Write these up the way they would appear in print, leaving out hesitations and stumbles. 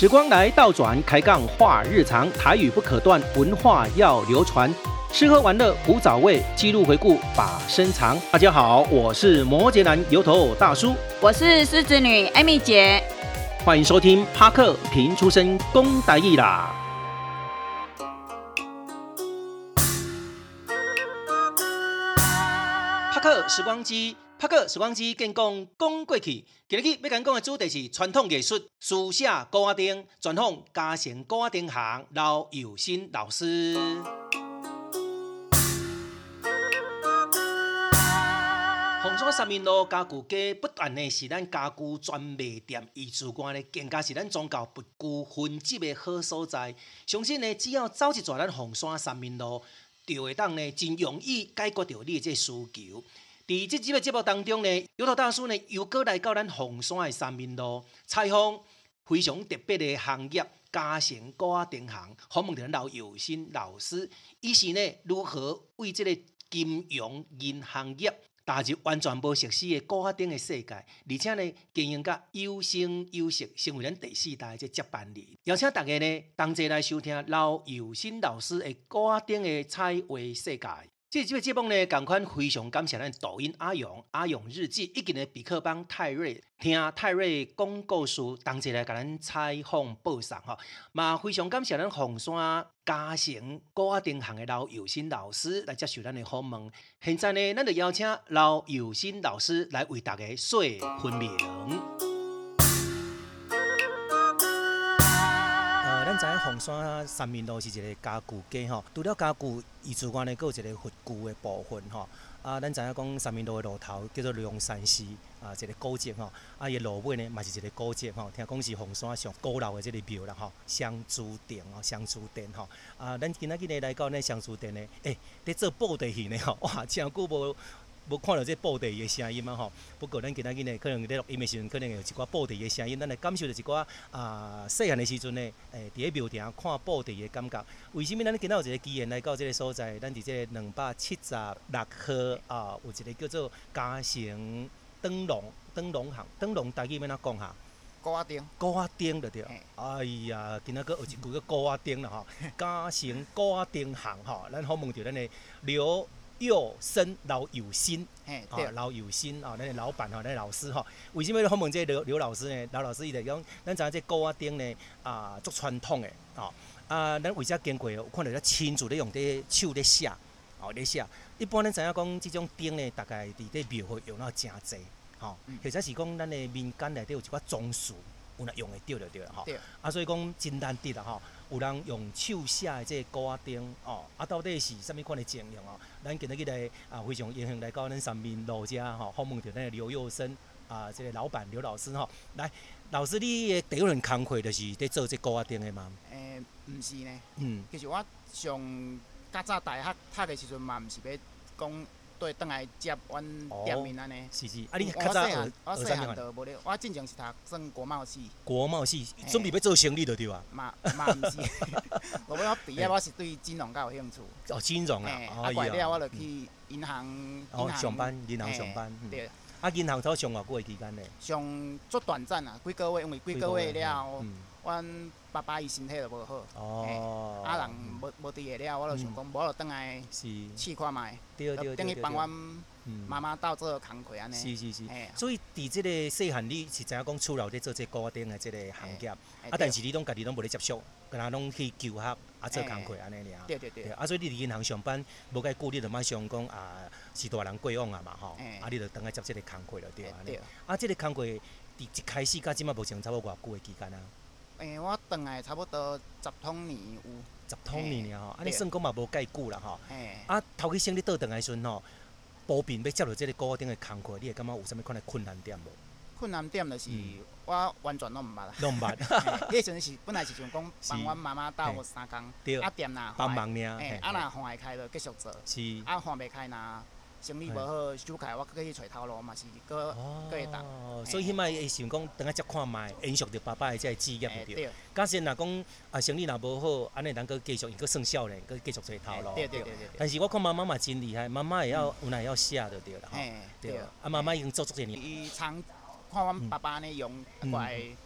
时光来倒转，开杠话日常，台语不可断，文化要流传。吃喝玩乐古早味，记录回顾把身藏。大家好，我是摩羯男油头大叔， 我是狮子女 Amy 姐， 欢迎收听帕克平出身公台语啦。帕克时光机。帕克时光机跟讲过去，今日要跟讲的主题是传统艺术书写古仔灯，专访嘉诚古仔灯行老友新老师。凤山三民路家具街不但呢是咱家具专卖店，艺术馆呢更加是咱宗教不具分级的好所在。相信呢，只要走一转咱凤山三民路，就会当呢真容易解决到你的这需求。在这集的节目当中呢，油头大叔呢又过来到咱凤山的三民路采访非常特别的行业嘉诚古仔灯行，访问到咱老友新老师，伊是呢如何为这个金融银行业踏入完全无熟悉的古仔灯的世界，而且呢经营甲有声有色，成为咱第四代的接班人。邀请大家呢同齐来收听老友新老师的古仔灯的彩绘世界。这个节目呢，同款非常感谢咱抖音阿勇日记，以及呢比克邦泰瑞，听泰瑞讲故事，同齐来甲咱采访报送吼。嘛非常感谢咱凤山嘉诚古仔灯行的老友新老师来接受咱的访问。现在呢，咱就邀请老友新老师来为大家说分明。咱知影凤山三民路是一个家具街吼，除了家具艺术馆呢，还有一个佛具的部分吼。咱知影讲三民路的路头叫做龙山寺一个古迹吼。伊路尾呢嘛是一个古迹吼，听讲是凤山上古老的这个庙啦吼，香烛殿吼，香烛殿吼。咱今仔日呢来到呢香烛殿呢，咧做布袋戏呢吼，哇，真久无看到这布袋的声音嘛吼，不过咱今仔日呢，可能咧录音的时阵，可能有一寡布袋的声音，咱来感受到一寡细汉的时阵呢，伫咧庙埕看布袋的感觉。为什么咱今仔有一个机缘来到这个所在？咱伫这个276号有一个叫做嘉诚灯笼行，灯笼大概要哪讲下？ 古仔灯， 古仔灯就对。哎呀，今仔个有一句个古仔灯啦吼，嘉诚古仔灯行吼，咱访问到咱的刘佑生老友新，老友新咱的老板咱的老师为什么要访问这个刘老师呢？刘老师伊就讲，咱知影这古仔灯呢足传统的咱为啥经过有看到亲自咧用这手咧写咧写。一般咱知影讲这种灯呢，大概伫这庙会用到真济或者是讲咱的民间内底有一寡装饰，有若用会到就对啦所以讲真难得啦有人用手写的这个古仔灯到底是啥物款的情形咱今日来非常荣幸来到咱三民路遮访问到咱的刘佑生这个老板刘老师来，老师你的第一份工课就是在做这古仔灯的吗？ 毋是呢。其实我上较早大学读的时阵嘛，毋是要讲对转来接阮店面安尼。 是。你较早我细汉就无咧，我进前是读算国贸系。国贸系准备要做生意就对啊。 嘛毋是，后尾我毕业我是对金融较有兴趣。 金融过了我就去银行上班，银行上班。 对。 银行头上偌久的期间呢？ 上足短暂几个月，因为几个月了后，阮爸爸伊身体就无好。人无伫下了，我就想讲，无就转来试看卖。 对。 等于帮阮妈妈斗做工课安尼。 是。所以伫即个细汉，你是知影讲厝内咧做这古仔灯的即个行业，但是你家己拢无咧接触，跟他拢去求学做工课安尼尔。 对。 所以你伫银行上班，无介久你就马上讲是大人过往嘛你就等来接即个工课了对安尼。即个工课伫一开始到即摆目前差不多偌久的期间啊？ 我转来差不多10多年有。10 多年尔你算讲嘛无介久啦头起先你倒转来时阵普遍要接到即个古仔灯的工课，你会感觉有啥物款的困难点无？ 困难点就是我完全拢毋捌啦。 拢毋捌。 迄时阵是本来是想讲帮阮妈妈斗3工，店若帮忙尔。 若换会开就继续做。 是。 换袂开若生意无好，收起来我搁去找头路嘛是搁会当。 所以迄摆会想讲，等下接看卖，延续着爸爸的这个职业对。假使若讲生意若无好，安尼咱搁继续，伊搁算少年，搁继续找头路。 对。 但是我看妈妈嘛真厉害，妈妈会晓有会晓写就对啦对。妈妈已经做足1年。 伊常看阮爸爸安尼用过来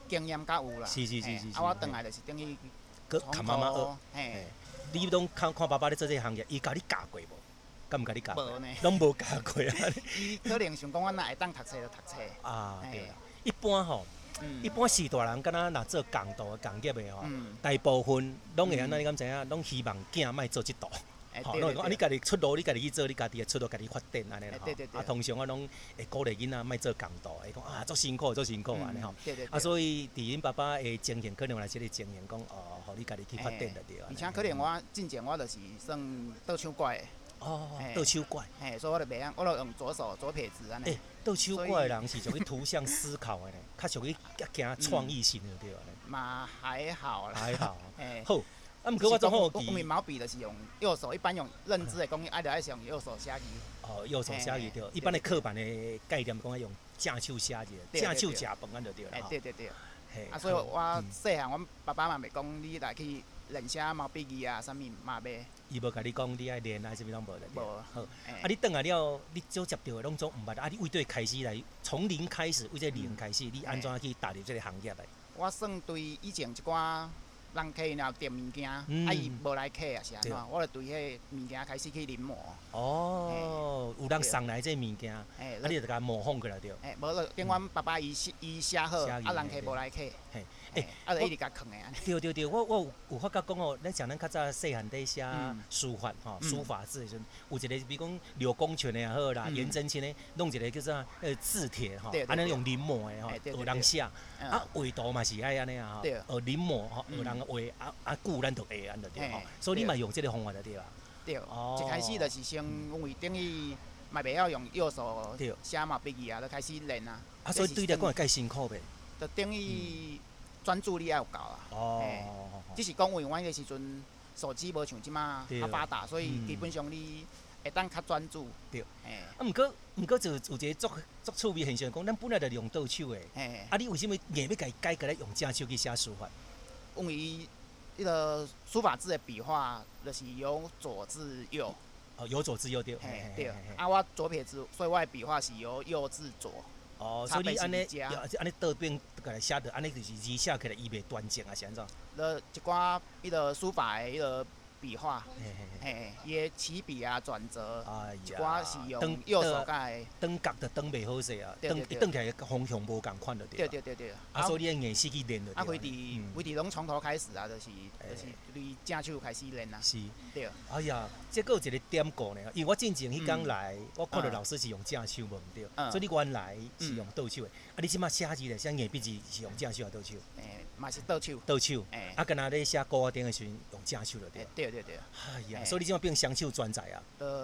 经验较有啦。 是。 我转来就是等于搁看妈妈学。 嘿。 你拢看爸爸咧做这个行业，伊甲你教过无？敢毋甲你教？ 无呢。 拢无教过啊。 伊可能想讲，我若会当读册就读册。 啊，对啦。一般吼，一般士大人，敢若做工度工业的吼，大部分拢会安怎，你敢知影？拢希望囝莫做即道。吼，拢会讲啊，你家己出路，你家己去做，你家己的出路，家己发展安尼啦。啊，通常我拢会鼓励囡仔莫做工度，会讲啊，足辛苦安尼吼。啊，所以伫恁爸爸的经验，可能来即个经验讲，哦，互你家己去发展就对啊。 而且可能我进前我就是算倒手拐的。 哦，倒手拐。 所以我就袂晓，我就用左手左撇子安尼。 倒手拐的人是属于图像思考的呢，较属于行创意性的对啊。 嘛还好啦。 还好。好。啊，毋过我总好记。 因为毛笔就是用右手，一般用认知的讲，爱是用右手写字。 哦，右手写字对。一般的课本的概念讲要用正手写字，正手食饭安就对啦。 对。啊，所以我细汉，阮爸爸嘛袂讲你来去练写毛笔字啊，啥物嘛袂。 伊无甲你讲你爱练啊，啥物拢无咧。 无。 好。啊，你转来了，你所接到的拢总毋捌。啊，你为对开始来，从零开始，为这零开始，你安怎去踏入这个行业来？ 我算对以前一寡。人客然后订物件，伊无来客啊是安怎？我就对迄物件开始去临摹。 哦，有人送来这物件，啊，你就甲模仿过来对。 无就等阮爸爸伊写好，啊人客无来客，啊就一直甲藏的安尼。 对，我有发觉讲哦，咱像咱较早细汉伫写书法吼，书法字的时阵，有一个比如讲柳公权的也好啦，颜真卿的，弄一个叫做字帖吼，安尼用临摹的吼，学人写，啊画图嘛是爱安尼啊吼，临摹吼，学人。话久咱就会安就对吼，所以你嘛用这个方法就对啦。 对，一开始就是先因为等于嘛袂晓用右手写毛笔字啊，就开始练啊。 啊，所以对你来讲会介辛苦呗？ 就等于专注力要有够啦。哦。只是讲因为阮迄个时阵手机无像即马较发达，所以基本上你会当较专注。 对。啊，毋过就有一个足趣味现象，讲咱本来就用倒手的，啊，你为什么硬要家己改过来用正手去写书法？ 因为迄个书法字的笔画，就是由左至右。 哦，由左至右对。 对。啊，我左撇子，所以我的笔画是由右至左。 哦，所以你安尼倒边个来写的，安尼就是字写起来伊袂端正啊，是安怎？ 一寡迄个书法的迄个笔画，伊的起笔啊、转折，一寡是用右手甲的。 转角就转袂好势啊，转起来方向无共款就对。 对。 啊，所以你的硬势去练就对。 啊，规治拢从头开始啊，就是对正手开始练啊。 是。 对。 哎呀，这个有一个典故呢，因为我之前迄天来，我看到老师是用正手无毋对，所以你原来是用倒手的。啊，你即马写字咧，写硬笔字是用正手还是倒手？ 嘛是倒手。 倒手。啊，敢若咧写高压顶的时阵用正手就对。 对。 哎呀，所以你即马变双手专才啊。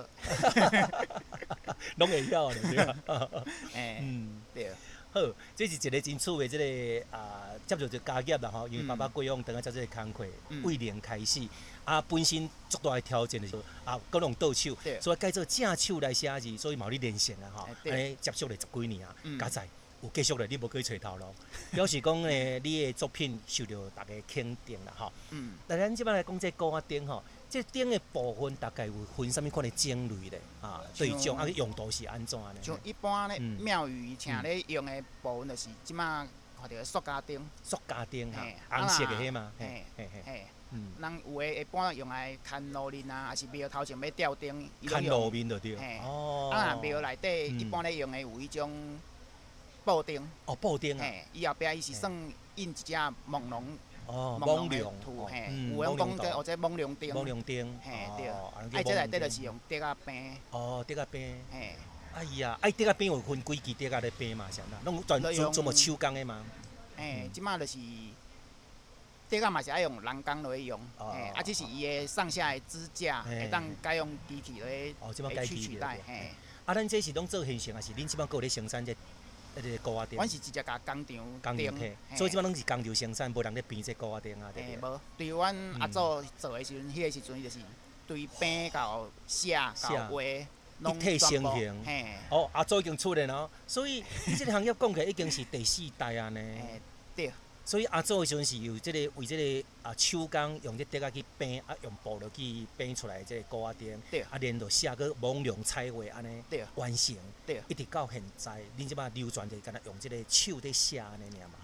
拢会晓咧，对吧？ 对。 好，这是一个真趣味，这个接触一个家业啦吼，因为爸爸过往等下做这个工课，为零开始，本身足大的挑战就是各用倒手，所以改做正手来写字，所以嘛有咧练成啊吼，安尼接触了10几年啊，加在有继续咧，你无去找头路，表示讲你的作品受到大家肯定啦吼。那咱即摆来讲这高压顶吼。这顶的部分大概有分啥物款的种类咧？对象用途是安怎呢？ 像一般咧庙宇请咧用的部分，就是即马看到塑胶钉。 塑胶钉红色的迄嘛。 人有诶一般用来看路面啊，还是庙头前要吊钉。 看路面就对。 若庙内底一般咧用的有迄种布钉。 哦，布钉啊。 伊后壁伊是算印一只朦胧。 蒙龙图，有人讲这或者蒙龙钉，对，这内底就是用竹仔编。 竹仔编。哎呀，竹仔编有分几支竹仔咧编嘛？是安怎？拢专门手工的嘛？ 即马就是竹仔嘛是爱用人工来用，只是伊的上下的支架会当改用机器来取代。 咱这是拢做现成，还是恁即摆搁有咧生产这？个高压钉， 阮是直接甲工厂钉， 所以即摆拢是工厂生产，无人咧编这高压钉啊。 无，对阮阿祖做的时阵，迄个时阵伊就是对编到写到画， 一体成型。阿祖已经出来了，所以你这个行业讲起来已经是第4代啊呢。 对。 所以阿祖的时阵是有为这个手工用这竹仔去编，用布落去编出来这个高压钉，连着写个蒙龙彩画安尼完成，一直到现在，恁即摆流传就敢若用这个手在写安尼尔嘛吼。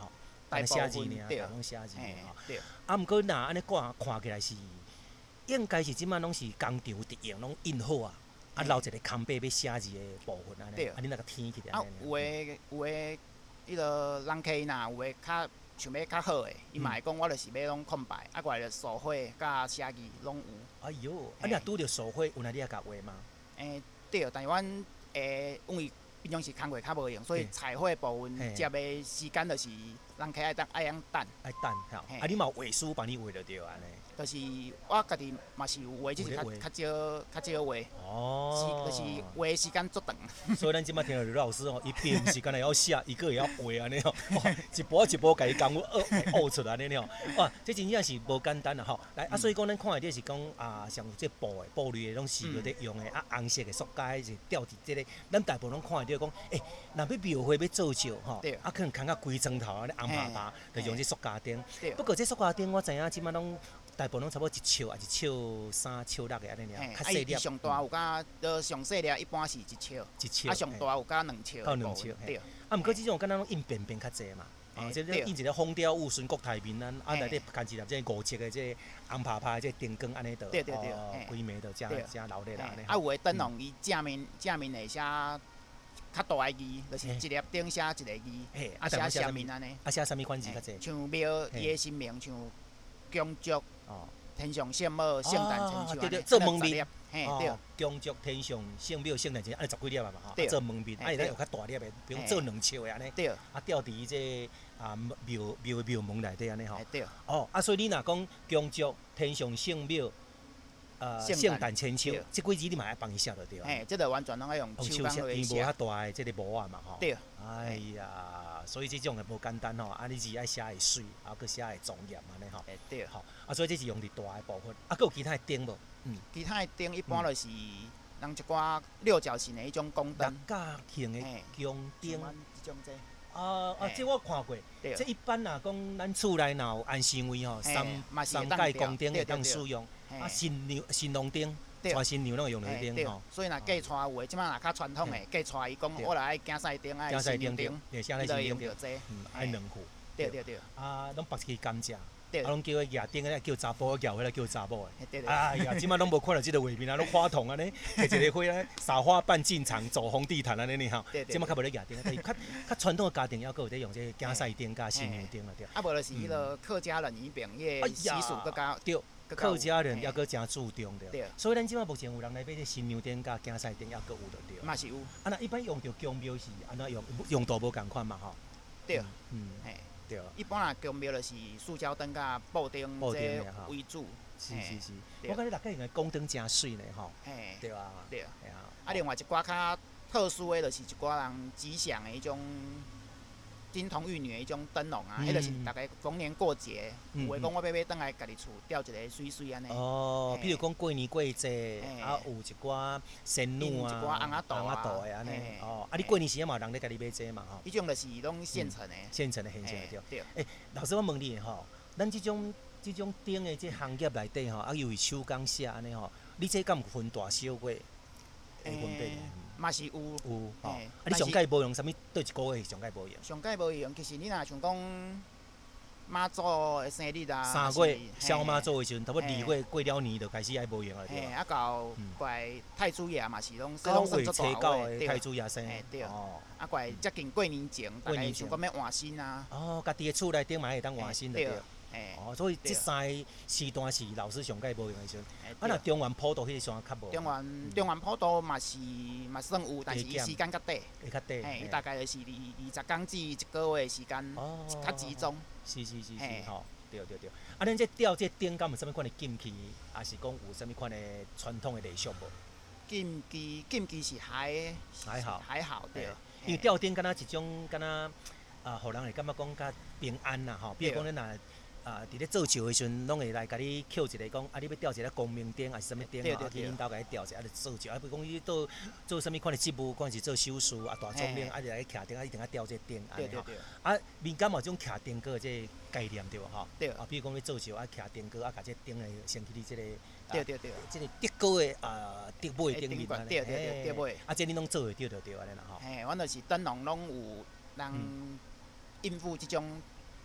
大部写字分对， 拢写字吼。 对。 啊，毋过若安尼看起来是，应该是即摆拢是工厂伫用，拢印好啊，啊留一个空白要写字的部分安尼，啊你那个填起来。啊， 有诶，迄个人客若有诶较想要较好诶，伊嘛会讲我就是要拢空白，啊，过来手绘甲写字拢有。 哎哟，啊，你若拄着手绘，有哪你也甲画吗？ 对，但是阮因为平常时工课较无用，所以彩绘部分接的时间就是人客爱用等。 爱等吼，啊，你嘛有画师帮你画就对安尼。 就是我家己嘛是有画，只是较少画。哦。就是画的时间足长。 所以咱即摆听到刘老师吼，伊并毋是干那要写，伊个会晓画安尼吼，一步一步家己功夫学出来安尼吼。哇，这真正是无简单啊吼。来啊，所以讲咱看的这是讲啊，像这布类的拢是有咧用的啊，红色的塑胶是吊伫这个，咱大部分拢看到讲，若要描绘要做少吼，啊可能扛到规砖头安尼红啪啪，就用这塑胶钉。不过这塑胶钉我知影即摆拢。大部分拢差不多1尺，还是1.3、1.6的安尼尔，较细粒。 上大有甲，上细粒一般是1尺。1尺。啊，上大有甲2尺。 到2尺。 对。 啊，毋过即种敢若拢印便较济嘛。即印一个风雕雾顺国台面啊，内底牵一粒这5尺的这红啪啪的这灯光安尼倒。 对。 规暝倒正留咧啦安尼。 啊，有诶灯笼伊正面会写较大个字，就是一粒顶写一个字，啊写啥物安尼。 啊写啥物款字较济？ 像庙伊诶神明，像恭祝。天上圣母、圣诞千秋， 对，做门面， 嘿，对， 恭祝天上圣母、圣诞千秋，安尼10几粒嘛吼，做门面，啊，会当用较大粒的，比如做2尺的安尼， 对， 啊吊伫这庙门内底安尼吼， 对， 啊，所以你若讲恭祝天上圣母。圣诞千秋，即几字你嘛爱帮伊写着对啊。 这个完全拢爱用手工来写。伊无遐大的这个模啊嘛吼。 对。 哎呀，所以这种也无简单吼，啊，你字爱写会水，啊，佮写会庄严安尼吼。 对。 吼，啊，所以这是用伫大的部分，啊，佮有其他的灯无？ 其他的灯一般就是人一寡六角形的迄种光灯。 六角形的光灯。 即种这。 这我看过。这一般若讲咱厝内若有安神位吼，三界光灯会当使用。啊，新郎灯，带新娘拢会用来灯吼。 所以若嫁娶有诶，即摆若较传统诶，嫁娶伊讲我来爱竞赛灯，爱新娘灯， 对，啥来新娘灯，爱2副。 对。 啊，拢绑一支甘蔗，啊， 对， 拢叫伊举灯个，叫查甫举，迄个叫查某诶。对。 哎呀，即摆拢无看到即个画面啊，拢花筒安尼，摕一个花啊，撒花扮进场，走红地毯安尼吼。即摆较无咧举灯，但是较传统诶家庭还佫有咧用这竞赛灯甲新娘灯啦，对。 啊，无就是迄个客家人伊边迄个习俗佫较对。客家人还佫真注重着，所以咱即摆目前有人来买这新娘灯甲竞赛灯，还佫有着着。 嘛是有。 啊，那一般用着宫庙是安怎用途无共款嘛吼。 对。嘿。对。一般若宫庙就是塑胶灯甲布灯这为主。 是。我感觉大家用的光灯真水呢吼。 嘿。 对啊。 对。啊，另外一寡较特殊的，就是一寡人吉祥的迄种。金童玉女的迄种灯笼啊，迄就是大概逢年过节，有诶讲我要倒来家己厝吊一个水水安尼。 哦，比如讲过年过节，啊有一寡仙女啊， 一寡翁仔肚的安尼。哦，啊你过年时嘛有人咧家己买这嘛吼。 迄种就是拢现成的。 现成的对。老师我问你吼，咱即种灯的这行业内底吼，啊又是手工写安尼吼，你这敢有分大小月？会分别？ 嘛是有吼，啊你上届无用啥物？对一个月上届无用？ 上届无用，其实你若像讲妈祖的生日啊 ，3月小妈祖的时阵，差不多2月过了年就开始爱无用了对。 啊到怪太祖爷嘛是拢 9月初9的太祖爷生。 对。啊怪接近过年前，大概想讲要换新啊。 哦，家己的厝内顶嘛会当换新对。所以这3个时段是老师上届无用的时阵。啊，若中原普渡迄个上较无。 中原普渡嘛算有，但是伊时间较短。 会较短。 伊大概就是20天至1个月的时间，较集中。 是，吼，对。啊，恁这吊这灯敢有啥物款的禁忌，还是讲有啥物款的传统的礼俗无？ 禁忌是还好，对。 因为吊灯敢若一种敢若互人会感觉讲较平安啦吼，比如讲恁若。伫咧做笑的时阵，拢会来甲你扣一个讲，你要吊一个光明灯，还是啥物灯啊？去恁兜甲你吊一下，做笑。比如讲你做啥物款的职务，可是做手术大总领，就来徛灯，一定要吊这灯安尼吼。民间嘛种徛灯搁这概念对无吼？ 对。 比如讲你做笑徛灯搁，甲这灯来升起你这个。 对。 这个德高的德尾的灯面安尼。 对尾。 这恁拢做会着就对安尼啦吼。 阮就是灯笼拢有人应付即种。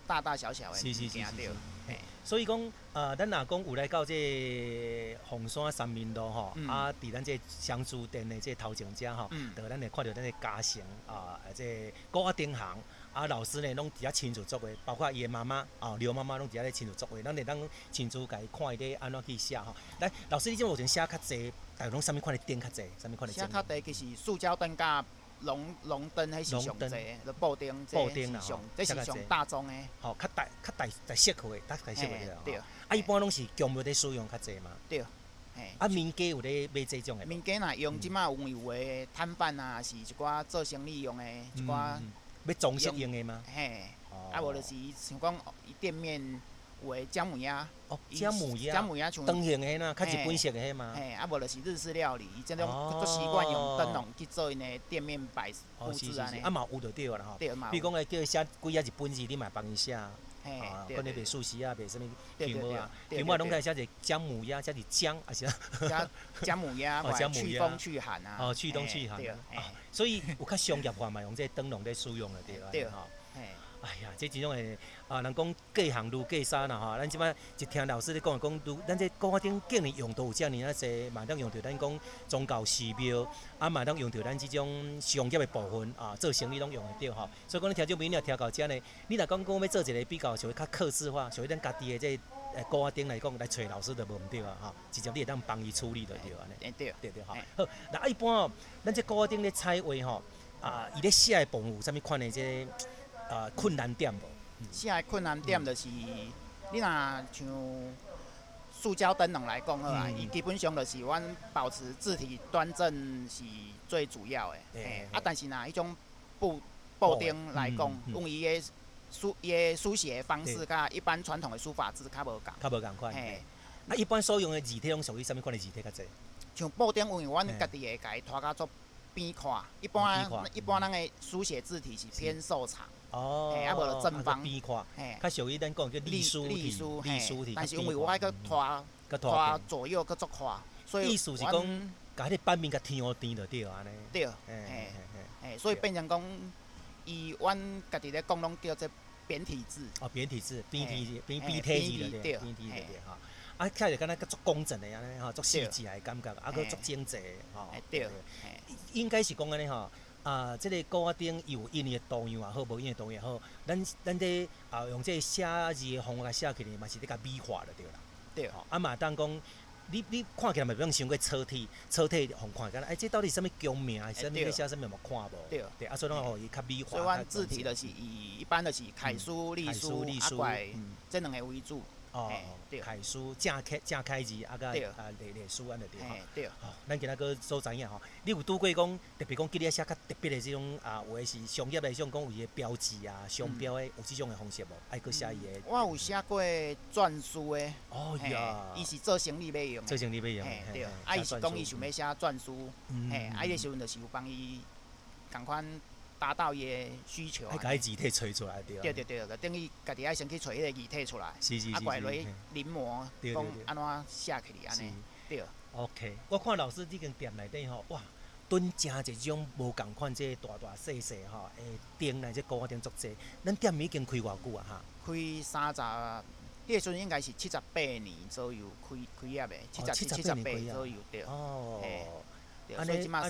大大小小的是是物件对。嘿， 所以讲，咱若讲有来到这凤山三民路吼，伫咱这乡书店的这头前遮吼，就咱会看到咱的嘉诚这古仔丁行老师呢，拢伫遐亲自作画，包括伊的妈妈刘妈妈拢伫遐咧亲自作画，咱会当亲自家看伊咧安怎去写吼。来，老师你这目前写较济，大概拢啥物款的灯较济，啥物款的？ 写较济其实塑胶灯甲龙灯迄是上济，就布丁，这是上大宗的。 吼，较大适合的，大适合的。 对。 一般拢是强物在使用较济嘛。 对。嘿。 民间有咧买这种的。 民间若用即马有诶摊贩啊，是一寡做生意用的，一寡。 要装饰用的吗？ 嘿。无就是像讲店面。有诶姜母鸭， 姜母鸭像长形诶呐，较日本式诶迄嘛。 嘿，无就是日式料理，伊即种做习惯用灯笼去做因诶店面布置安尼。 嘛有就对啦吼。 对嘛。 比如讲叫伊写几日本字，你嘛帮伊写。 嘿。 可能卖寿司啊，卖啥物题目啊？题目拢该写一个姜母鸭，写一姜还是？ 姜母鸭，去风去寒啊。 去冬去寒。所以有较商业化嘛，用这灯笼在使用了对吼。哎呀，这真种诶人讲隔行如隔山啦吼，咱即摆一听老师咧讲，咱这古仔顶竟然用到有遮尔啊济，嘛当用到咱讲宗教寺庙，嘛当用到咱即种商业诶部分做生意拢用会到吼。所以讲，你听众朋友听到遮呢，你若讲要做一个比较，稍微较客制化，稍微咱家己诶这古仔顶来讲，来找老师就无毋对啊吼，直接你会当帮伊处理就对安尼。对吼。好，那一般咱这古仔顶咧彩画吼，伊咧写诶部分有啥物款诶这？困难点无？ 写的困难点就是，你若像塑胶灯笼来讲好啊，伊基本上就是阮保持字体端正是最主要的。但是若迄种布丁来讲，用伊的书写方式，甲一般传统的书法字较无共。 较无共款。一般所用的字体拢属于啥物款的字体较济？ 像布丁，因为阮家己会甲伊拖甲做边框，一般咱的书写字体是偏瘦长。无就正方， 较属于咱讲叫隶书体， 但是因为我爱个拖左右个做宽，所以意思是讲，甲迄个版面甲天互填就对安尼。 对，所以变成讲，阮家己咧讲拢叫做扁体字。 扁体字，扁体字就对，扁体就对吼。看着敢若较足工整的安尼吼，足细致的感觉，佫足精致吼。 对， 应该是讲安尼吼。即个古仔顶有印的图样也好，无印的图样也好，咱这用这写字的方法写起来，嘛是咧甲美化了对啦。 对。 嘛当讲，你看起来嘛，不用伤过粗体互看起来，这到底是啥物功名，还是啥物要写啥物有看无？对。所以拢互伊较美化。 所以阮字体就是一般就是楷书、隶书、怪这两个为主。 楷书、正楷字，甲隶书安尼对吼。 对。 咱今仔个所知影吼，你有拄过讲，特别讲记咧写较特别的这种有诶是商业的，种讲有伊诶标志商标诶，有即种诶方式无？爱佫写伊诶。 我有写过篆书诶。伊是做生意要用。 做生意要用。 对。伊是讲伊想要写篆书，迄个时阵就是有帮伊共款。达到伊的需求。 爱甲伊字体找出来对。 对，就等于家己爱先去找迄个字体出来，怪落临摹，讲安怎写起来安尼。对。 OK， 我看老师这间店内底吼，哇，囤真一种无共款这大细吼，灯来这古仔灯足济。咱店已经开偌久啊哈？ 开30，迄个时阵应该是78年左右开业的，78左右对。对，所以即马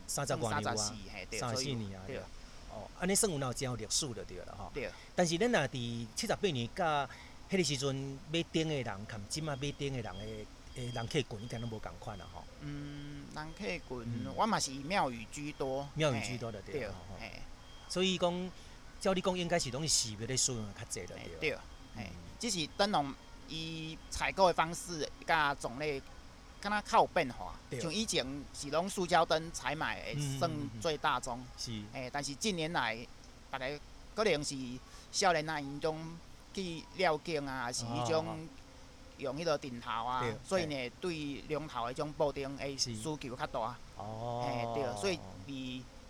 34，对，34 年啊。对。安尼算有真有历史就对了吼。 对。 但是咱若伫78年甲迄个时阵买灯的人，含即马买灯的人的人客群应该拢无共款啦吼。 人客群，我嘛是以庙宇居多。 庙宇居多的对。所以讲，照你讲，应该是拢是寺庙咧使用较济的对。 对。只是灯笼伊采购的方式甲种类。敢若较有变化，像以前是拢塑胶灯采买的算最大宗，但是近年来，大家可能是少年仔因种去料景啊，还是迄种用迄个顶头啊，所以呢，对龙头的种布丁的需求较大。对，所以伫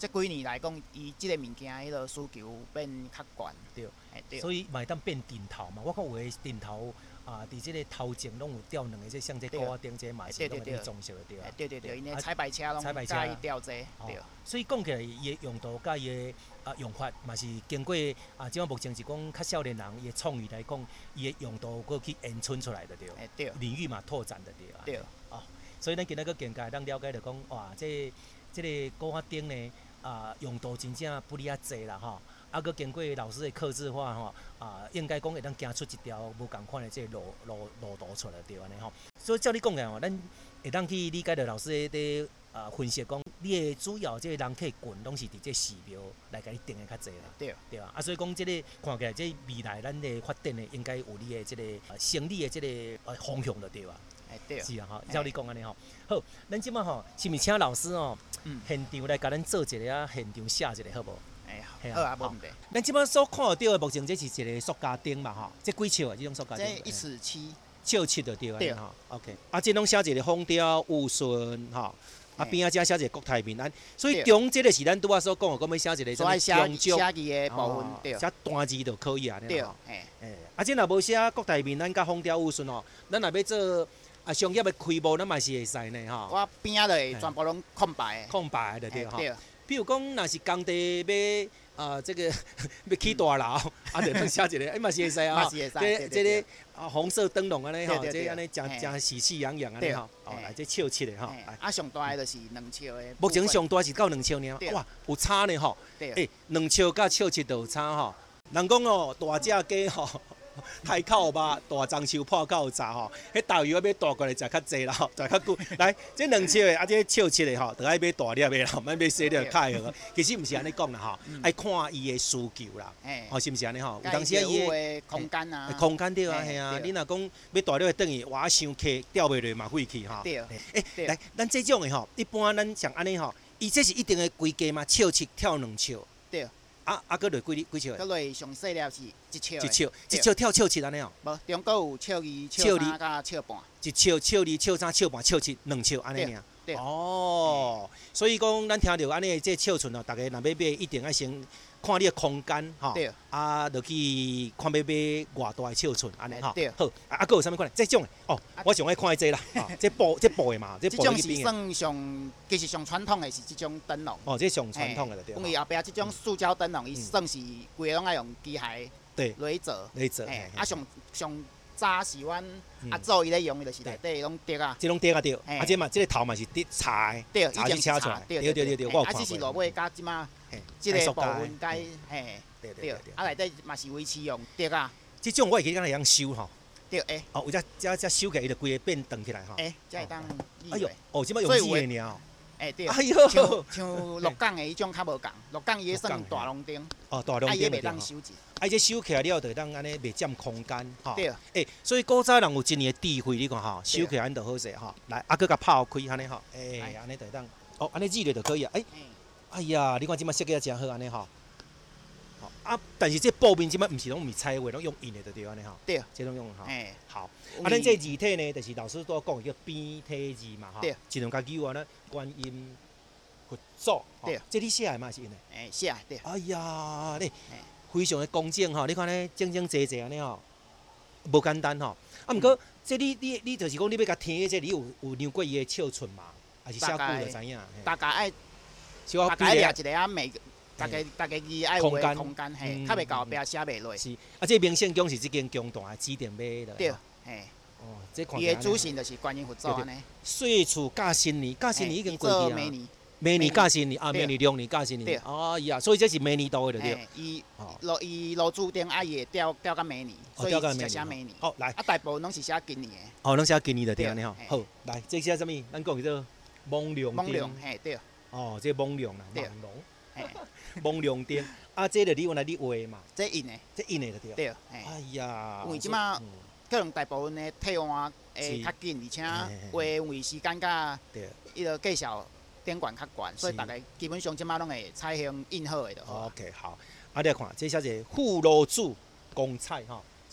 这几年来讲，伊即个物件迄个需求变较悬。 对， 对。 所以嘛会当变顶头嘛。我看有诶顶头啊，伫即个头前拢有吊两个，即像这高啊顶这嘛是拢会装饰的对啊。 对，因为彩排车拢介意吊这，对。 所以讲起来，伊诶用途甲伊诶用法嘛是经过即马目前是讲较少年人伊诶创意来讲，伊诶用途佫去延伸出来的对。 对。 领域嘛拓展的对啊。 对。 所以咱今仔个更加咱了解着讲，哇，即个高啊顶呢用途真正不哩啊济啦吼。佫经过老师的客制化吼，应该讲会当行出一条无共款的这路途出来对安尼吼。所以照你讲的吼，咱会当去理解着老师伫分析讲，你的主要这个人客群拢是伫这寺庙来甲你定的较济啦，对啊。所以讲这个看起来，这未来咱的发展呢，应该有你的这个生理的这个方向就对啊。 对。 是啊，照你讲安尼吼。好，咱即马吼，是毋是请老师哦，现场来甲咱做一个现场写一个好无？ 好啊，无问题。 咱即摆所看到的目前这是一个塑胶钉嘛吼，这几尺啊？这种塑胶钉？ 这1尺7， 尺7就对啊吼。OK， 这拢写一个风调雨顺吼，边仔遮写一个国泰民安，所以中这个是咱拄仔所讲的，讲要写一个中中写字的部分，对， 写单字就可以啊。 对， 这若无写国泰民安甲风调雨顺吼，咱若要做商业的开幕，咱嘛是会使呢吼。 我边仔就会全部拢空白的。 空白的对吼。 对。 比如讲，若是工地要这个要起大楼，就能写一个，嘛是会使啊。这个红色灯笼安尼吼，这安尼真喜气洋洋安尼吼。来这笑7的吼。 上大个就是2尺的。 目前上大是到2尺尔，哇，有差呢吼。2尺甲笑7就有差吼。人讲哦，大只鸡吼。太靠吧，大樟树破到炸吼，迄豆油要大过来食较济啦，食较久。来，这2尺的，这笑7的吼，就爱买大粒的啦，莫买小粒太好。其实毋是安尼讲啦吼，爱看伊的需求啦，是毋是安尼吼？有当时伊的空间啊， 空间对啊，系啊。你若讲要大粒的等于我伤客吊袂落嘛费气吼。 对。 来，咱这种的吼，一般咱像安尼吼，伊这是一定的规格嘛，笑7跳2尺。 对。 佫落几尺？ 佫落上细粒是1尺。 1尺跳笑7安尼哦。 无，中国有尺2、尺3甲尺半。 1尺、尺2、尺3、尺半、尺7、2尺安尼尔。 对。 所以讲咱听到安尼这尺寸哦，大家若要买，一定要先看你的空间吼。 对。 就去看要买偌大的尺寸安尼吼。 对。 好，佫有啥物款？这种的哦，我上爱看这啦。这布的嘛，这布种是算上，其实上传统的是这种灯笼。 这上传统的对。 因为后壁这种塑胶灯笼，伊算是规个拢爱用机械雷做。上早是阮阿祖伊咧用的，就是内底拢滴啊。 这拢滴啊对，这嘛，这个头嘛是滴茶的。 对， 茶去车出来。对，我有看过。 只是落尾甲即马，即个部分该对，内底嘛是维持用滴啊。 这种我会记敢会晓收吼。 对， 有只收起来，伊就规个变长起来吼。 才会当。 哎呦，即马用纸的尔。 对。 哎呦， 像鹿港的迄种较无共，鹿港伊算大龙钉。 大龙钉。 伊袂当收钱。 这收起来了，就当安尼袂占空间吼。 对。 所以古早人有一年的智慧，你看吼，收起来就好势吼。来，佫甲泡开安尼吼，安尼就当，安尼热了就可以啊。哎呀，你看即马设计啊真好安尼吼。但是这布面即摆毋是拢彩绘，拢用印的就对安尼吼。 对。 这种用吼。好。咱这字体呢，就是老师都讲叫边体字嘛吼。 对。 尽量家己话呢，观音佛祖。 对。 这你写的嘛是印的。 写的对。 哎呀，你非常的工整吼，你看呢，整齐齐安尼吼，无简单吼。毋过这你就是讲你要甲填这里有量过伊的尺寸嘛，还是写久就知影。 大概爱掠一个每个。大家伊爱有空间，嘿，较袂到后壁写袂落。 是，这明显讲是即间强大指定买的。 对， 这看伊的主神就是观音佛祖安尼。 岁厝嫁新年已经过去啊。明年嫁新年明年2年嫁新年。哎呀，所以这是明年到的对。 伊落注定伊会调到明年，所以是写明年。 好，来。 大部分拢是写今年的。 拢写今年的对安尼吼。好，来，这写啥物？咱讲叫做蒙龙。 蒙龙，对。 这蒙龙啦，蒙龙。蒙龙钉这就你原来你画嘛？ 这印的， 这印的就对。 对。 哎呀， 因为即马可能大部分的替换会较紧，而且画因为时间甲伊个技巧点管较悬，所以大家基本上即马拢会采用印好的就好。 OK， 好。你来看，这写一个富罗柱公菜吼，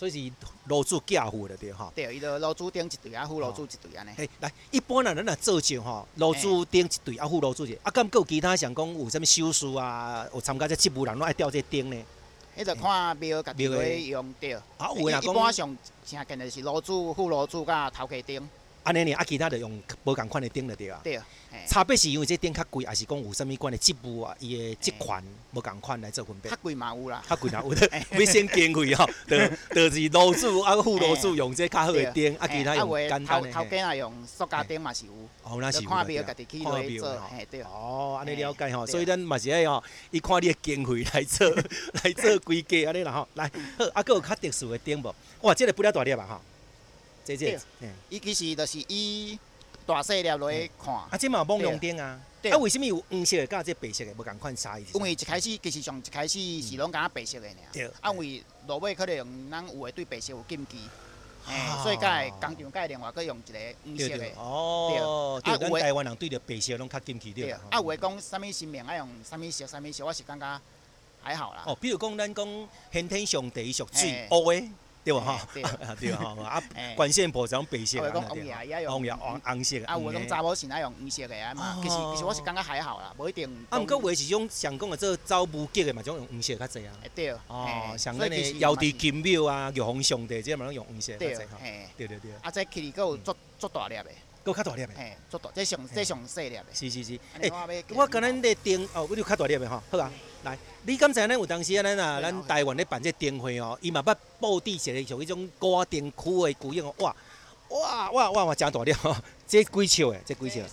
所以是炉子架副的对吼。 对，伊就炉子顶一对，啊副炉子一对安尼。 嘿，来，一般咱若做酒吼，炉子顶一对，啊副炉子一，啊，敢有其他像讲有啥物手术啊，有参加这职务人拢爱吊这顶呢？ 迄就看庙家己会用对。 啊，有诶， 一般上常见的是炉子、副炉子甲头壳顶。 安尼呢，啊，其他就用无共款的顶就对啊。 对。 差别是因为这顶较贵，还是讲有啥物款的职务啊？伊的职权无共款来做分别。 较贵嘛有啦。 较贵嘛有的，要先经费吼，就是炉子啊副炉子用这较好的顶，啊其他用简单的。 头家啊用塑胶顶嘛是有。 哦，那是有。 看庙家己去落去做，嘿对。 哦，安尼了解吼，所以咱嘛是爱吼，伊看你的经费来做规价安尼啦吼。来，好，啊，佫有较特殊的顶无？哇，这个不了大粒啊吼。这， 伊其实就是以大细粒落去看。 啊，这嘛有锺亮顶啊。啊，为什么有黄色的甲这白色的无共款差异？ 因为一开始其实上一开始是拢敢白色的尔。 对。 啊，因为落尾可能咱有诶对白色有禁忌，所以甲会工厂甲会另外佫用一个黄色的。 哦。对。咱台湾人对着白色拢较禁忌对。 啊，有诶讲啥物神明爱用啥物色，我是感觉还好啦。 哦，比如讲咱讲先天上帝伊属水乌的。对哈，对哈，啊，管线婆种白色啊， 讲红叶，伊爱用红色啊，有种查某是爱用黄色的啊嘛。其实我是感觉还好啦，无一定。 啊，毋过有诶是种上讲的做走武吉的嘛，种用黄色较济啊。 对。 哦，像咱的尧帝金庙啊、玉皇上帝，这嘛拢用黄色较济吼。对。 啊，这其实佫有足大粒的。 佫较大粒的。 足大，这上细粒的。 是。我甲咱的灯哦，我就较大粒的吼，好啊。来，你敢知咱有当时啊，咱台湾咧办这灯会哦，伊嘛捌布置一个像迄种歌灯区的古影哦，哇，真大粒吼！这几尺的，这几尺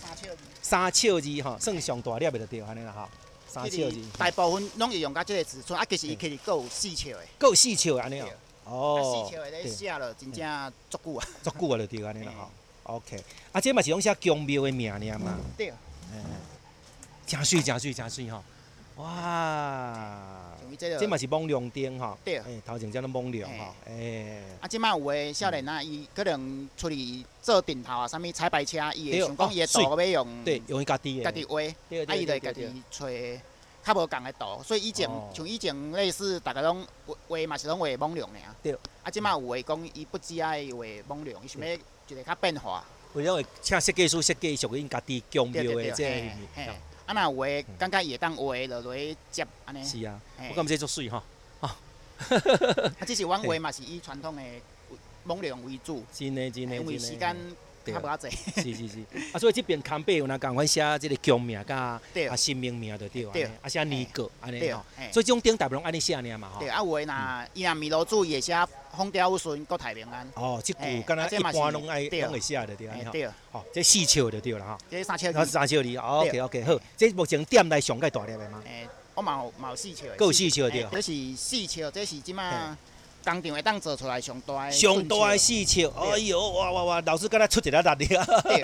？3尺字吼，算上大粒的就对安尼啦吼。3尺字。 大部分拢是用到这个尺寸，啊，其实伊其实佫有4尺的。 佫有4尺的安尼哦。 哦。4尺的咧写了，真正足久啊。 足久啊，就对安尼啦吼。OK， 啊，这嘛是拢写宫庙的名尔嘛。 对。 真水吼。哇！这嘛是锺亮灯吼， 对， 头前遮拢锺亮吼， 啊，即摆有诶少年仔，伊可能出去做电头啊，啥物踩白车，伊会想讲伊诶图要用， 对，用伊家己画，啊，伊就家己找较无共诶图，所以以前像以前类似，大家拢画嘛是拢画锺亮尔， 对， 啊，即摆有诶讲，伊不只爱画锺亮，伊想要一个较变化， 为了请设计师设计属于因家己宫庙诶这。 啊，若有诶，感觉伊会当画落去接安尼。 是啊，我感觉足水吼。 啊，只是阮画嘛是以传统诶锺亮为主。 真诶。 因为时间较无遐济。 是。啊，所以这边康北有若共款写即个宫名甲神明名就对安尼，啊写年过安尼吼。所以这种顶大部分拢安尼写尔嘛吼。 对，啊有诶若伊若弥陀主伊会写风调雨顺，国泰民安。 哦，即句敢若一般拢会写的对安尼吼。 对。 哦，这4尺就对啦吼。 这3尺。 3尺哩，OK， 好。这目前店内上介大粒的吗？ 我嘛有4尺的。 佫有4尺对。 这是4尺，这是即摆工厂会当做出来上大的。 上大的4尺，哎呦，哇，老师敢若出一个力的啊！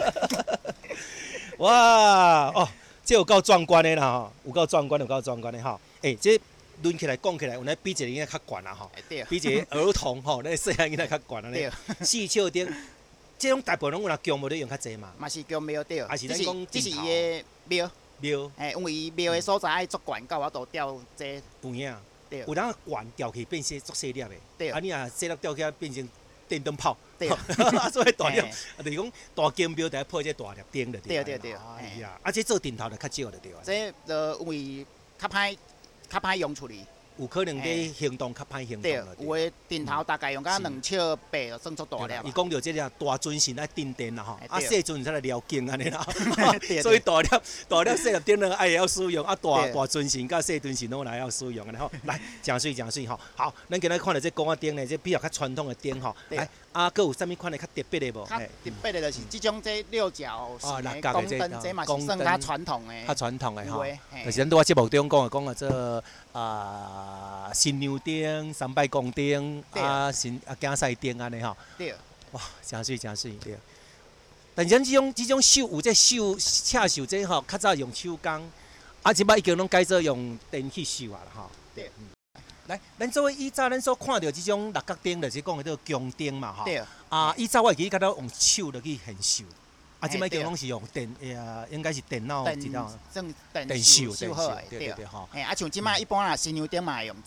哇，哦，这有够壮观的啦吼，有够壮观的吼。这抡起来讲起来，有那比一个囡仔较悬啦吼，比一个儿童吼，那细汉囡仔较悬啊咧。4尺顶，这种大部分拢有若宫庙咧用较济嘛。 嘛是宫庙对， 还是咱讲这是伊的庙。因为伊庙的所在爱足悬，到我都吊这。 有影。 对。 有当悬吊起变细足细粒的。 对。 啊，你若细粒吊起来变成电灯泡。 对。 所以大粒，就是讲大金庙得配这大粒灯的。 对。 哎呀，啊，这做电头就较少的对。 这就因为较歹用处理。 有可能咧行动较歹行动对，有诶电头大概用到2尺8就算足大粒。 伊讲到这个大尊神爱定电啦吼，啊细尊才来撩经安尼啦，所以大粒细粒灯呢爱要使用，啊大尊神甲细尊神拢来要使用安尼吼。来，真水吼。好，咱今仔看到这光啊灯呢，这比较较传统的灯吼。来，啊，佫有啥物款的较特别的无？ 较特别的就是即种这6角形的光灯，这嘛是算较传统的。 较传统的吼，就是咱拄仔节目中讲啊做新娘灯、三拜公灯警赛灯安尼吼。 对。 哇，真水对。但是咱即种绣有这绣刺绣这吼，较早用手工，即摆已经拢改做用电去绣啊啦吼。 对。 来，咱作为以早咱所看到即种六角灯，就是讲迄个宫灯嘛吼。 对。 以早我会记较早用手落去现绣。即摆叫拢是用应该是电脑知道， 电绣好诶， 对吼。 像即摆一般啊新娘灯嘛会用这。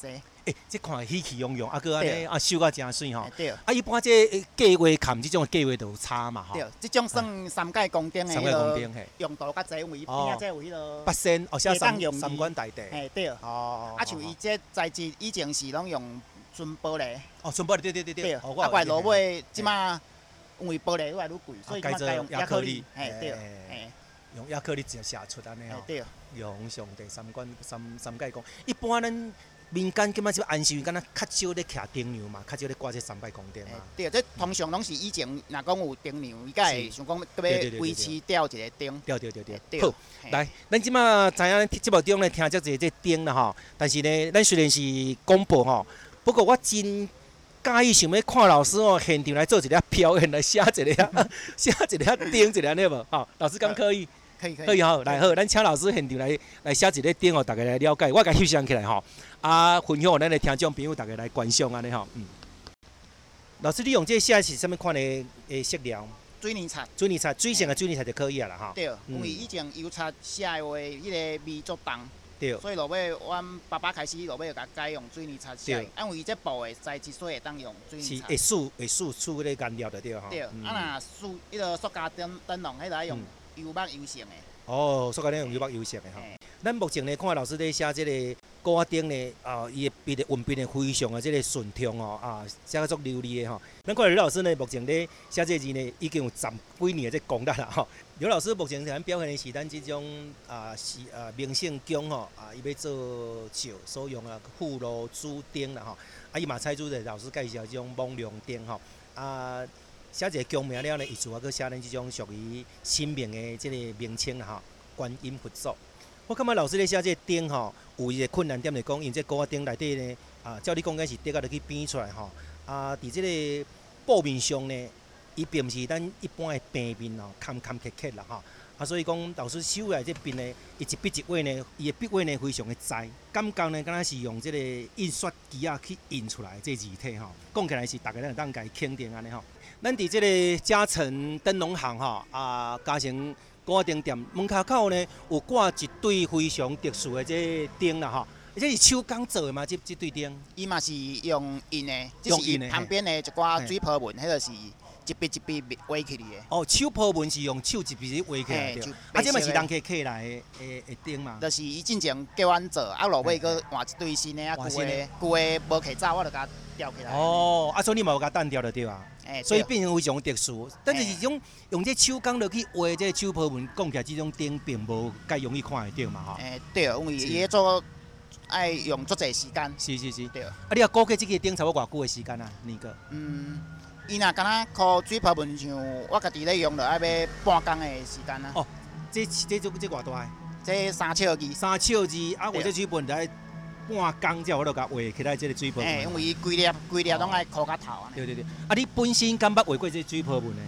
这看喜气洋洋，搁安尼收甲真水吼。 对。 一般这价位砍这种价位就有差嘛吼。 对，这种算三界公灯的迄个用度较济，因为伊边仔这有迄个。 八仙哦，写三观大地。 对。 哦。 像伊这材质以前是拢用纯玻璃。 哦，纯玻璃，对。 对。怪落尾即马因为玻璃越来越贵，所以即马改用亚克力。对。 用亚克力直接写出安尼吼。 对。 用上帝三界公，一般咱。民间今仔即安息，敢若较少咧徛灯娘嘛，较少咧挂这三百公灯嘛。 对，这通常拢是以前若讲有灯娘，伊才会想讲要维持吊一个灯。 对。好，来，咱即马知影节目中咧听遮济这灯啦吼，但是呢，咱虽然是广播吼，不过我真介意想要看老师哦，现场来做一个表演，来写一个写一个灯一个安尼无？吼，老师敢可以？可以好，来好，咱请老师现场来写一个灯哦，大家来了解，我甲翕相起来吼，分享咱的听众朋友大家来观赏安尼吼。老师，你用这写是啥物款的色料？ 水泥漆。 水性的水泥漆就可以啊啦吼。 对，因为以前油漆写的话，迄个味足重。 对。 所以落尾，阮爸爸开始落尾就甲改用水泥漆写，因为伊这布的材质所以会当用水泥漆。 是会输迄个颜料就对吼。 对，若输迄个塑胶灯笼，迄个用。油墨油性的哦，塑胶灯用油墨油性的吼。咱目前呢，看老师咧写这个高灯呢，伊的笔的文笔呢非常的这个顺畅哦，写得足流利的吼。咱看刘老师呢，目前咧写这字呢，已经有10几年的这功力啦吼。刘老师目前咱表现的是咱这种明星宫吼，伊要做笑所用的富罗珠灯啦吼。伊嘛采取着老师介绍这种锰亮灯吼。写一个宫名了呢，伊自搁写咱即种属于神明的即个名称啦吼，观音佛祖。我感觉老师咧写即个灯吼，有一个困难点来讲，因这古仔灯内底呢，照你讲应该是得落去编出来吼。伫即个布面上呢，伊并毋是咱一般的平面哦，坎坷坷啦吼。所以讲老师手内这边呢，伊一笔一画呢，伊的笔画呢非常的窄，感觉呢，敢若是用即个印刷机去印出来这字体吼。讲起来是大家咱会当家肯定安尼吼。咱伫即个嘉诚灯笼行吼，嘉诚古仔灯店门口呢，有挂一对非常特殊的这灯啦吼，这是手工做的嘛？这对灯？ 伊嘛是用印的，只是旁边的一寡水泡纹，迄个是一笔一笔画起来的。 哦，手泡纹是用手一笔一画起来的。这嘛是人客来的灯嘛？ 就是伊进前叫阮做，落尾搁换一对新的旧的无起早，我就甲吊起来。 哦，所以你嘛有甲单吊就对啊。所以变成非常特殊，但是种用这手工落去画这手泡纹，讲起来这种灯并无介容易看得到嘛吼。 对，因为伊迄做爱用足侪时间。 是。 对。 你也估计这个灯差不多偌久的时间啊？年个？ 伊若敢若靠水泡纹像我家己咧用，就爱要半工的时间啊。 哦，这偌大个？ 这3尺字。 3尺字画这水泡纹来。半工才有法度甲画起来即个水泡纹。 因为伊规粒拢爱箍甲头安尼。 对。你本身敢捌画过这水泡纹呢？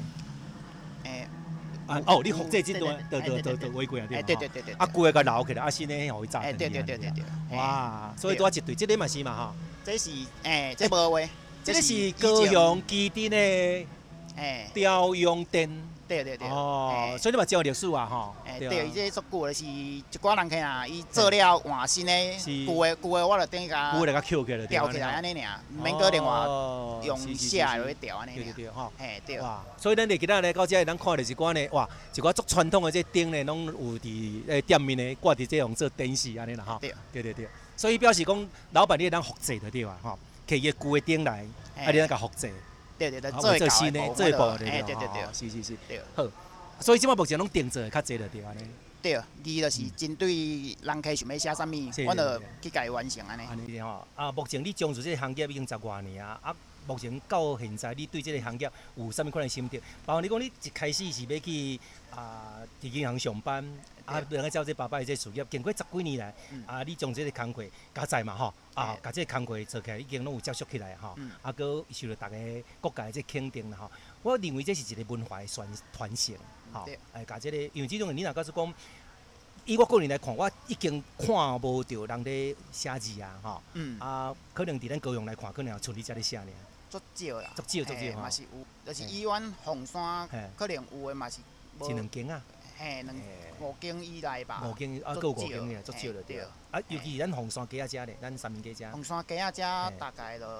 你复这段都画过啊？ 对。 旧个甲留起来，新的互伊炸。 对。 哇，所以多一对，这个嘛是嘛吼。 这是这无画。 这个是高雄基地的雕羊灯。 对。 哦，所以你嘛真有历史啊吼。 对，伊这足久的是一寡人客啊，伊做了换新的，旧的我就等于甲吊起来安尼尔，免搁另外用写落去吊安尼。 对吼。 对。 哇，所以咱今仔日到遮，咱看到一寡呢，哇，一寡足传统的这灯呢，拢有伫店面呢挂伫这种做灯饰安尼啦吼。对。所以表示讲，老板你会当复制就对啊吼，摕伊旧的灯来，你当甲复制。 对， 做新的，做一部对。 是。好，所以即摆目前拢定做较济就对安尼。 对，伊就是针对人客想要写啥物，阮就去家完成安尼。 安尼吼，目前你从事这个行业已经10外年啊，目前到现在你对这个行业有啥物款的心得？包括你讲你一开始是要去伫银行上班，两个照这爸爸的这事业，经过10几年来，你将这个工课加载嘛吼，甲这个工课做起来已经拢有接续起来吼，搁受到大家各界这肯定啦吼。我认为这是一个文化的传承，吼，甲这个，因为这种你若假使讲，以我个人来看，我已经看无到人咧写字啊，吼，可能伫咱高雄来看，可能像你遮咧写尔。 足少啦， 足少嘛是有，就是以阮凤山可能有诶嘛是一两间啊。 嘿，5间以内吧。 5间啊，够5间呢，足少就对。啊，尤其是咱红山鸡仔遮咧，咱三明鸡遮。 红山鸡仔遮大概就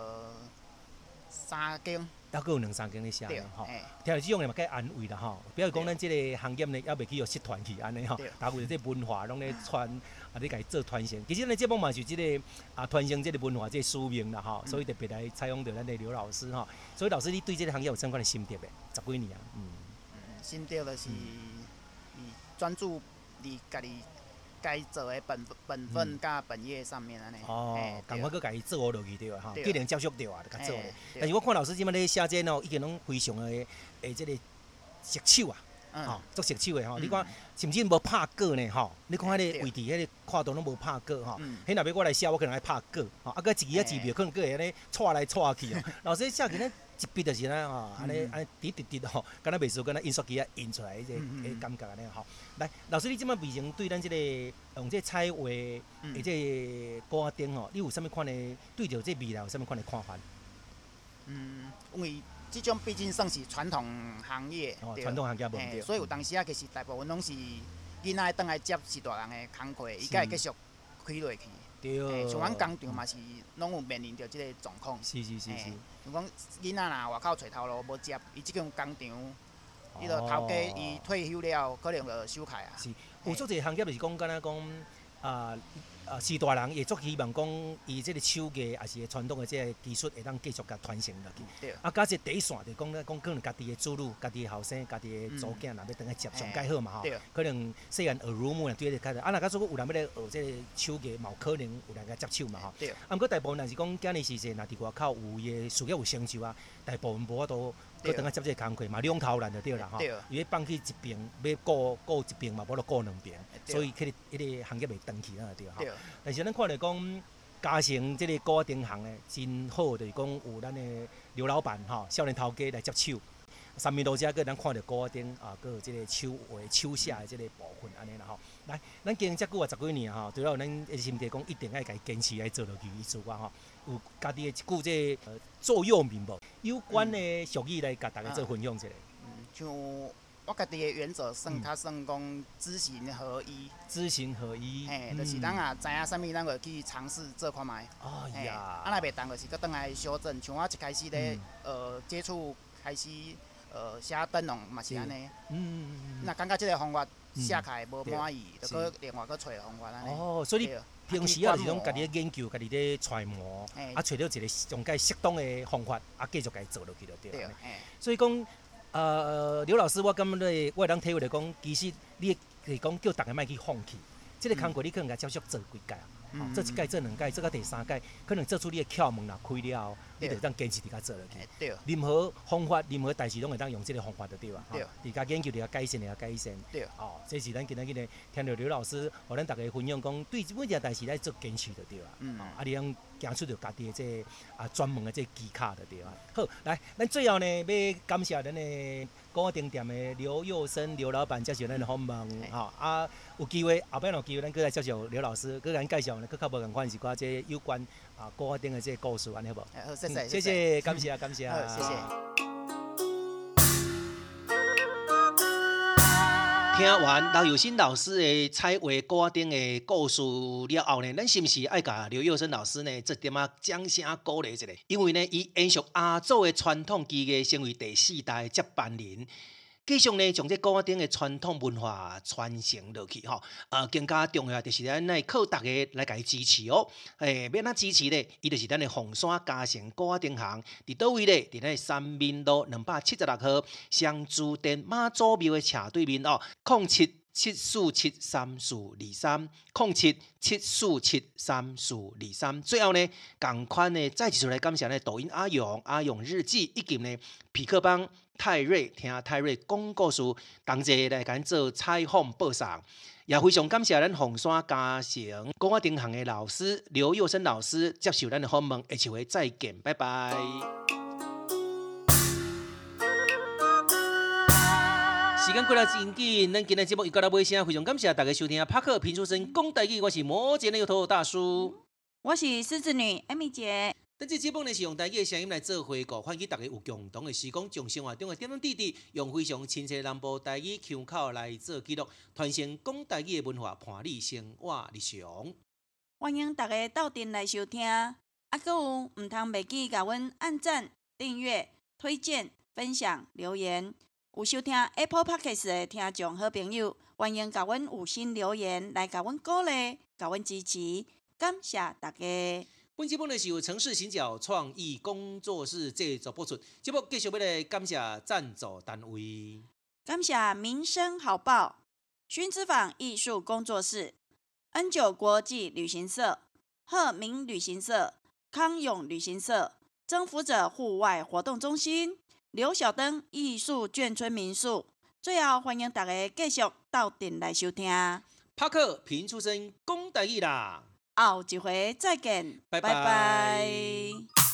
3间。 还佫有2-3间咧写咧吼，听到即种诶嘛，该安慰啦吼。比如讲，咱即个行业呢，还袂去互失传去安尼吼，大部分即文化拢咧传，咧家做传承。其实咱节目嘛是即个传承即个文化即个使命啦吼，所以特别来采访到咱的刘老师吼。所以老师，你对即个行业有相关的心得诶？10几年啊， 心得就是专注伫家己该做的本分甲本业上面安尼。 赶快佫家己做好落去对啊，既然接触到啊，就甲做咧。但是我看老师即摆咧写这已经拢非常的即个熟手啊，足熟手的吼。你看，甚至无拍过呢吼。你看迄个位置，迄个看图拢无拍过吼。迄若要我来写，我可能爱拍过，啊，佮一字一秒，可能佫会安尼错来错去哦。老师写起来一笔就是安尼滴吼，敢若袂输，敢若印刷机啊印出来迄个感觉安尼吼。来，老师，你即摆未前对咱即个用这彩画的这古灯吼，你有啥物款的对着这未来有啥物款的看法？ 因为即种毕竟算是传统行业， 传统行业无对， 所以有当时其实大部分拢是囡仔倒来接是大人的工课，伊才会继续开落去。 对， 像阮工厂嘛是拢有面临着即个状况。 是。 像讲囡仔若外口找头路无接，伊即间工厂，伊就头家伊退休了，可能就收开啊。 是，有足侪行业就是讲，敢若讲是大人也足希望讲，伊即个手艺也是传统的即个技术会当继续甲传承落去。 对。 假设第一线就讲可能家己的子女、家己的后生、家己的祖囝，若要等来接上介好嘛吼。可能细汉耳濡目染，对咧开始。若假说有人要来学即个手艺，嘛有可能有人来接手嘛吼。 对。 毋过大部分若是讲今日时势，若伫外口有伊的事业有成就啊，大部分无法度。佮等下接这个工课嘛，两头难就对啦吼。伊要放弃一边，要顾一边嘛，无就顾两边，所以迄个行业袂长去啊，对吼。但是咱看来讲，嘉诚即个古灯行诶，真好，就是讲有咱的刘老板吼，少年头家来接手。三面路遮个咱看到古灯啊，佮有即个手画、手写诶即个部分安尼啦吼。来，咱经营遮久啊10几年吼，除了咱的心地讲，一定爱家坚持来做落去以之外吼，有家己的一句即个座右铭无？有关的俗语来甲大家做分享一下。 像我家己的原则较算讲知行合一。 知行合一。 就是咱知影啥物，咱就去尝试做看卖。 哎呀。 若袂当，就是搁倒来修正。像我一开始咧接触开始写灯笼嘛是安尼。若感觉即个方法写起来无满意，就搁另外搁找方法安尼。 所以你平时啊是讲家己咧研究，家己咧揣摩，找到一个上介适当的方法，继续家己做落去就对了。所以讲。刘老师，我感觉咧，我会当体会来讲，其实你是讲叫大家莫去放弃，这个工课你可能甲接续做几届啊，做一届、做2届、做到第3届，可能做出你的窍门若开了后，你就当坚持伫甲做落去。任何方法、任何代志拢会当用这个方法就对啊。伫甲研究、伫甲改善、伫甲改善。这是咱今仔日听到刘老师，互咱大家分享讲，对每件代志来做坚持就对啊。你通行出着家己的这专门的这技巧就对啊。好，来，咱最后呢要感谢咱的古灯店的刘佑生刘老板接受咱的访问，有机会后摆有机会咱搁来接受刘老师，搁咱介绍呢，搁较无共款是寡这有关古灯的这故事，安尼好无？ 好，谢谢，感谢，感谢。 好，谢谢。 听完刘佑生老师的彩画古灯的故事了后呢，咱是毋是爱甲刘佑生老师呢这点掌声鼓励一下？因为呢，伊延续阿祖的传统技艺，成为第4代接班人。继续呢，将这古灯的传统文化传承落去吼。更加重要就是咱来靠大家来甲伊支持哦。要哪支持呢？伊就是咱的凤山嘉诚古灯行，伫倒位呢？伫咱三民路276号双珠店妈祖庙的斜对面哦。07747334230774733423。最后呢，同款呢，再一次来感谢呢，抖音阿勇日记以及呢，皮克邦。泰瑞听泰瑞讲故事，同齐来甲做采访报送，也非常感谢咱凤山嘉诚古灯行的老师刘佑生老师接受咱的访问，下回再见，拜拜。时间过得真紧，咱今日节目又到了尾声，非常感谢大家收听帕克评书声讲台语，我是摩羯的油头大叔， 我是狮子女艾米姐。 等这节目呢是用台语的声音来做回顾，唤起大家有共同的时光，从生活中的点点滴滴，用非常亲切南部台语腔口来做记录，传承讲台语的文化，伴你生活日常。 欢迎大家到店来收听，阁有唔通袂记甲阮按赞、订阅、推荐、分享、留言。有收听 Apple Podcast 的听众好朋友，欢迎甲阮5星留言来甲阮鼓励、甲阮支持，感谢大家。 本节目呢是由城市行脚创意工作室制作播出。节目继续要来感谢赞助单位， 感谢民生好报、薰之坊艺术工作室、N9国际旅行社、鹤鸣旅行社、康永旅行社、征服者户外活动中心、刘小灯艺术眷村民宿。最后，欢迎大家继续到店来收听。 帕克评出声讲台语啦。 后一回再见，拜拜。